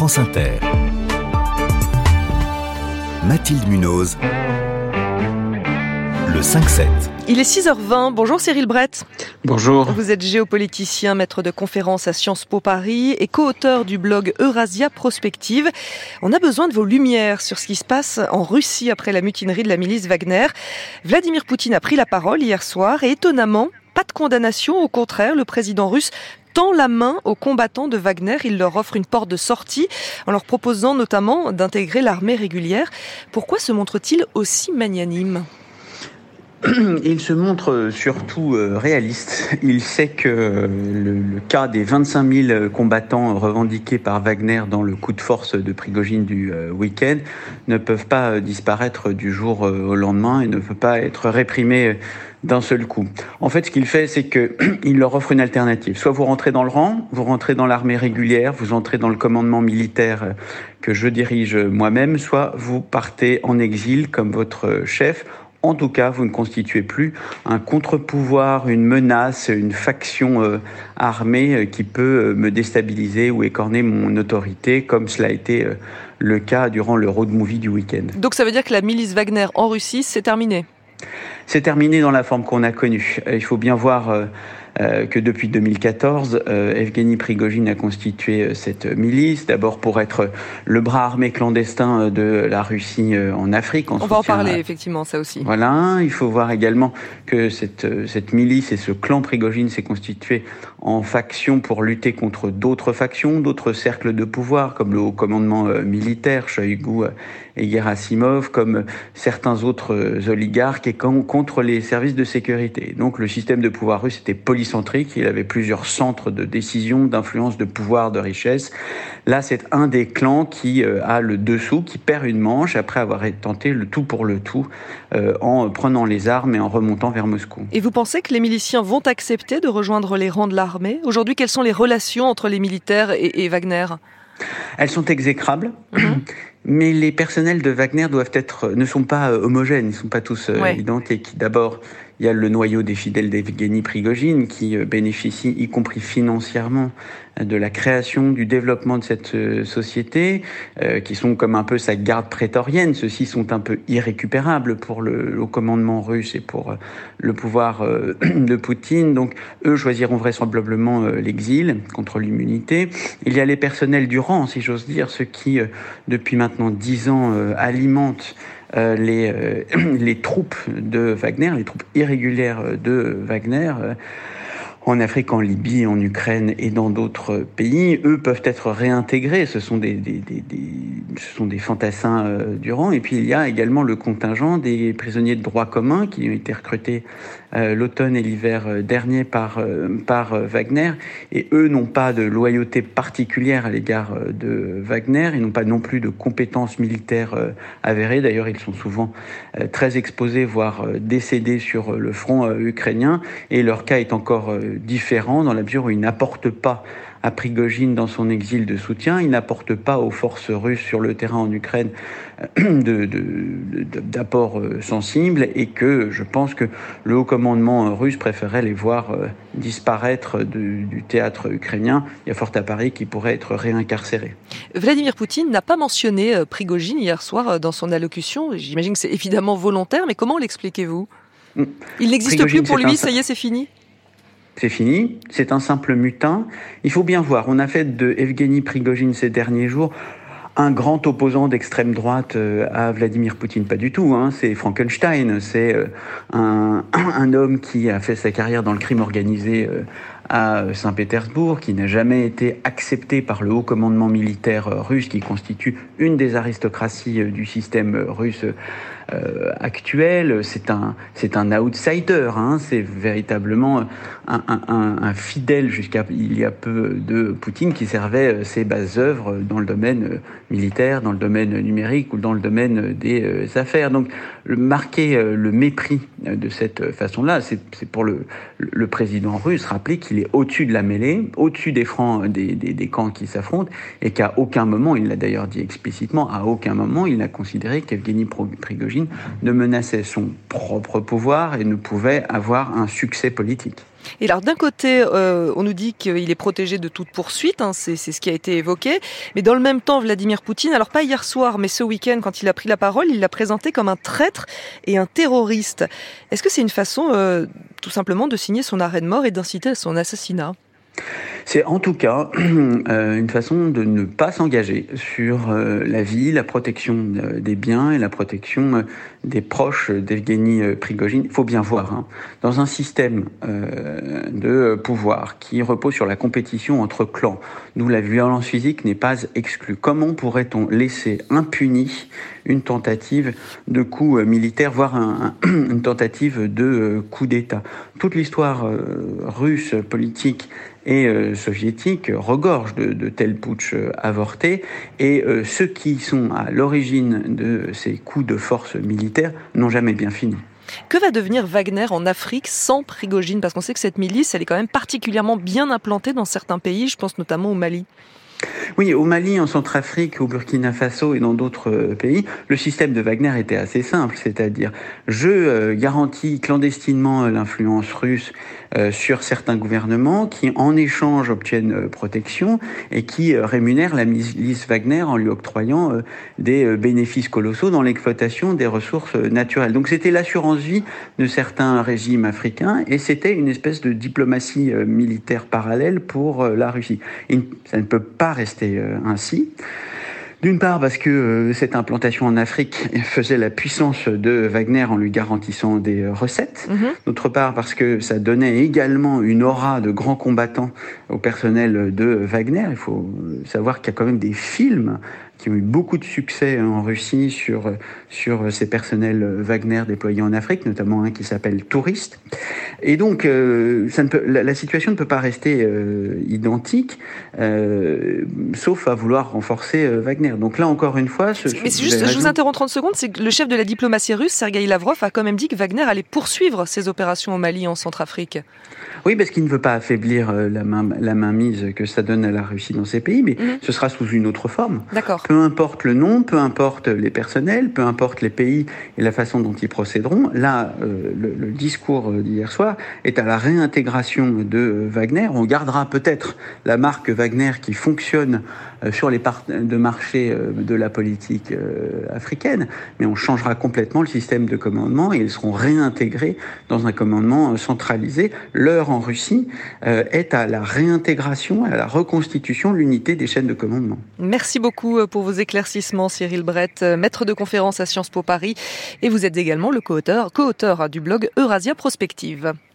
France Inter. Mathilde Munoz, le 5-7. Il est 6h20. Bonjour Cyril Brett. Bonjour. Vous êtes géopoliticien, maître de conférences à Sciences Po Paris et co-auteur du blog Eurasia Prospective. On a besoin de vos lumières sur ce qui se passe en Russie après la mutinerie de la milice Wagner. Vladimir Poutine a pris la parole hier soir et étonnamment, pas de condamnation. Au contraire, le président russe tend la main aux combattants de Wagner. Il leur offre une porte de sortie en leur proposant notamment d'intégrer l'armée régulière. Pourquoi se montre-t-il aussi magnanime ? Il se montre surtout réaliste. Il sait que le cas des 25 000 combattants revendiqués par Wagner dans le coup de force de Prigojine du week-end ne peuvent pas disparaître du jour au lendemain et ne peuvent pas être réprimés d'un seul coup. En fait, ce qu'il fait, c'est qu'il leur offre une alternative. Soit vous rentrez dans le rang, vous rentrez dans l'armée régulière, vous entrez dans le commandement militaire que je dirige moi-même, soit vous partez en exil comme votre chef. En tout cas, vous ne constituez plus un contre-pouvoir, une menace, une faction armée qui peut me déstabiliser ou écorner mon autorité, comme cela a été le cas durant le road movie du week-end. Donc ça veut dire que la milice Wagner en Russie, c'est terminé ? C'est terminé dans la forme qu'on a connue. Il faut bien voir que depuis 2014, Evgeny Prigojine a constitué cette milice, d'abord pour être le bras armé clandestin de la Russie en Afrique. On va en parler, effectivement, ça aussi. Voilà, il faut voir également que cette milice et ce clan Prigojine s'est constitué en faction pour lutter contre d'autres factions, d'autres cercles de pouvoir, comme le haut commandement militaire, Shoigu et Gerasimov, comme certains autres oligarques et contre les services de sécurité. Donc le système de pouvoir russe était polycentrique, il avait plusieurs centres de décision, d'influence, de pouvoir, de richesse. Là, c'est un des clans qui a le dessous, qui perd une manche après avoir tenté le tout pour le tout en prenant les armes et en remontant vers Moscou. Et vous pensez que les miliciens vont accepter de rejoindre les rangs de l'armée ? Aujourd'hui, quelles sont les relations entre les militaires et Wagner ? Elles sont exécrables. Mais les personnels de Wagner ne sont pas homogènes, ils ne sont pas tous identiques. D'abord, il y a le noyau des fidèles d'Evgeny Prigojine qui bénéficie, y compris financièrement, de la création, du développement de cette société, qui sont comme un peu sa garde prétorienne. Ceux-ci sont un peu irrécupérables pour le commandement russe et pour le pouvoir de Poutine. Donc, eux choisiront vraisemblablement l'exil contre l'immunité. Il y a les personnels du rang, si j'ose dire, ceux qui, depuis maintenant 10 ans, alimentent les troupes de Wagner, les troupes irrégulières de Wagner, en Afrique, en Libye, en Ukraine et dans d'autres pays. Eux peuvent être réintégrés, ce sont des fantassins du rang. Et puis il y a également le contingent des prisonniers de droit commun qui ont été recrutés l'automne et l'hiver dernier par Wagner. Et eux n'ont pas de loyauté particulière à l'égard de Wagner. Ils n'ont pas non plus de compétences militaires avérées. D'ailleurs, ils sont souvent très exposés, voire décédés sur le front ukrainien. Et leur cas est encore différent dans la mesure où ils n'apportent pas à Prigojine dans son exil de soutien, il n'apporte pas aux forces russes sur le terrain en Ukraine d'apport sensible et que je pense que le haut commandement russe préférait les voir disparaître du théâtre ukrainien. Il y a fort à parier qu'ils pourraient être réincarcérés. Vladimir Poutine n'a pas mentionné Prigojine hier soir dans son allocution. J'imagine que c'est évidemment volontaire, mais comment l'expliquez-vous ? Il n'existe Prigojine, plus pour lui, ça y est, c'est fini ? C'est fini, c'est un simple mutin. Il faut bien voir, on a fait de Evgeny Prigojine ces derniers jours un grand opposant d'extrême droite à Vladimir Poutine. Pas du tout, c'est Frankenstein, c'est un homme qui a fait sa carrière dans le crime organisé à Saint-Pétersbourg, qui n'a jamais été accepté par le haut commandement militaire russe, qui constitue une des aristocraties du système russe actuel. C'est un outsider, c'est véritablement un fidèle jusqu'à il y a peu de Poutine qui servait ses bases œuvres dans le domaine militaire, dans le domaine numérique ou dans le domaine des affaires. Donc marquer le mépris de cette façon-là, c'est pour le président russe rappeler qu'il est au-dessus de la mêlée, au-dessus des francs des camps qui s'affrontent et qu'à aucun moment, il l'a d'ailleurs dit explicitement, à aucun moment il n'a considéré qu'Evgeny Prigojine ne menaçait son propre pouvoir et ne pouvait avoir un succès politique. Et alors d'un côté, on nous dit qu'il est protégé de toute poursuite, c'est ce qui a été évoqué, mais dans le même temps, Vladimir Poutine, alors pas hier soir, mais ce week-end, quand il a pris la parole, il l'a présenté comme un traître et un terroriste. Est-ce que c'est une façon, tout simplement, de signer son arrêt de mort et d'inciter à son assassinat ? C'est en tout cas une façon de ne pas s'engager sur la vie, la protection des biens et la protection des proches d'Evgeny Prigojine. Il faut bien voir, dans un système de pouvoir qui repose sur la compétition entre clans, d'où la violence physique n'est pas exclue. Comment pourrait-on laisser impunie une tentative de coup militaire, voire une tentative de coup d'État ? Toute l'histoire russe, politique et soviétique regorge de tels putschs avortés, et ceux qui sont à l'origine de ces coups de force militaires n'ont jamais bien fini. Que va devenir Wagner en Afrique sans Prigojine ? Parce qu'on sait que cette milice, elle est quand même particulièrement bien implantée dans certains pays, je pense notamment au Mali. Oui, au Mali, en Centrafrique, au Burkina Faso et dans d'autres pays, le système de Wagner était assez simple, c'est-à-dire je garantis clandestinement l'influence russe sur certains gouvernements qui, en échange, obtiennent protection et qui rémunèrent la milice Wagner en lui octroyant des bénéfices colossaux dans l'exploitation des ressources naturelles. Donc c'était l'assurance vie de certains régimes africains et c'était une espèce de diplomatie militaire parallèle pour la Russie. Et ça ne peut pas rester ainsi. D'une part parce que cette implantation en Afrique faisait la puissance de Wagner en lui garantissant des recettes. D'autre part parce que ça donnait également une aura de grand combattant au personnel de Wagner. Il faut savoir qu'il y a quand même des films qui ont eu beaucoup de succès en Russie sur ces personnels Wagner déployés en Afrique, notamment un qui s'appelle Touriste. Et donc, la situation ne peut pas rester identique, sauf à vouloir renforcer Wagner. Donc là, encore une fois... Mais c'est juste, je vous interromps 30 secondes, c'est que le chef de la diplomatie russe, Sergueï Lavrov, a quand même dit que Wagner allait poursuivre ses opérations au Mali et en Centrafrique. Oui, parce qu'il ne veut pas affaiblir la mainmise que ça donne à la Russie dans ces pays, mais ce sera sous une autre forme. D'accord. Peu importe le nom, peu importe les personnels, peu importe les pays et la façon dont ils procéderont. Là, le discours d'hier soir est à la réintégration de Wagner. On gardera peut-être la marque Wagner qui fonctionne sur les parts de marché de la politique africaine, mais on changera complètement le système de commandement et ils seront réintégrés dans un commandement centralisé. L'heure en Russie est à la réintégration, à la reconstitution de l'unité des chaînes de commandement. Merci beaucoup pour vos éclaircissements, Cyril Brett, maître de conférence à Sciences Po Paris, et vous êtes également le co-auteur du blog Eurasia Prospective.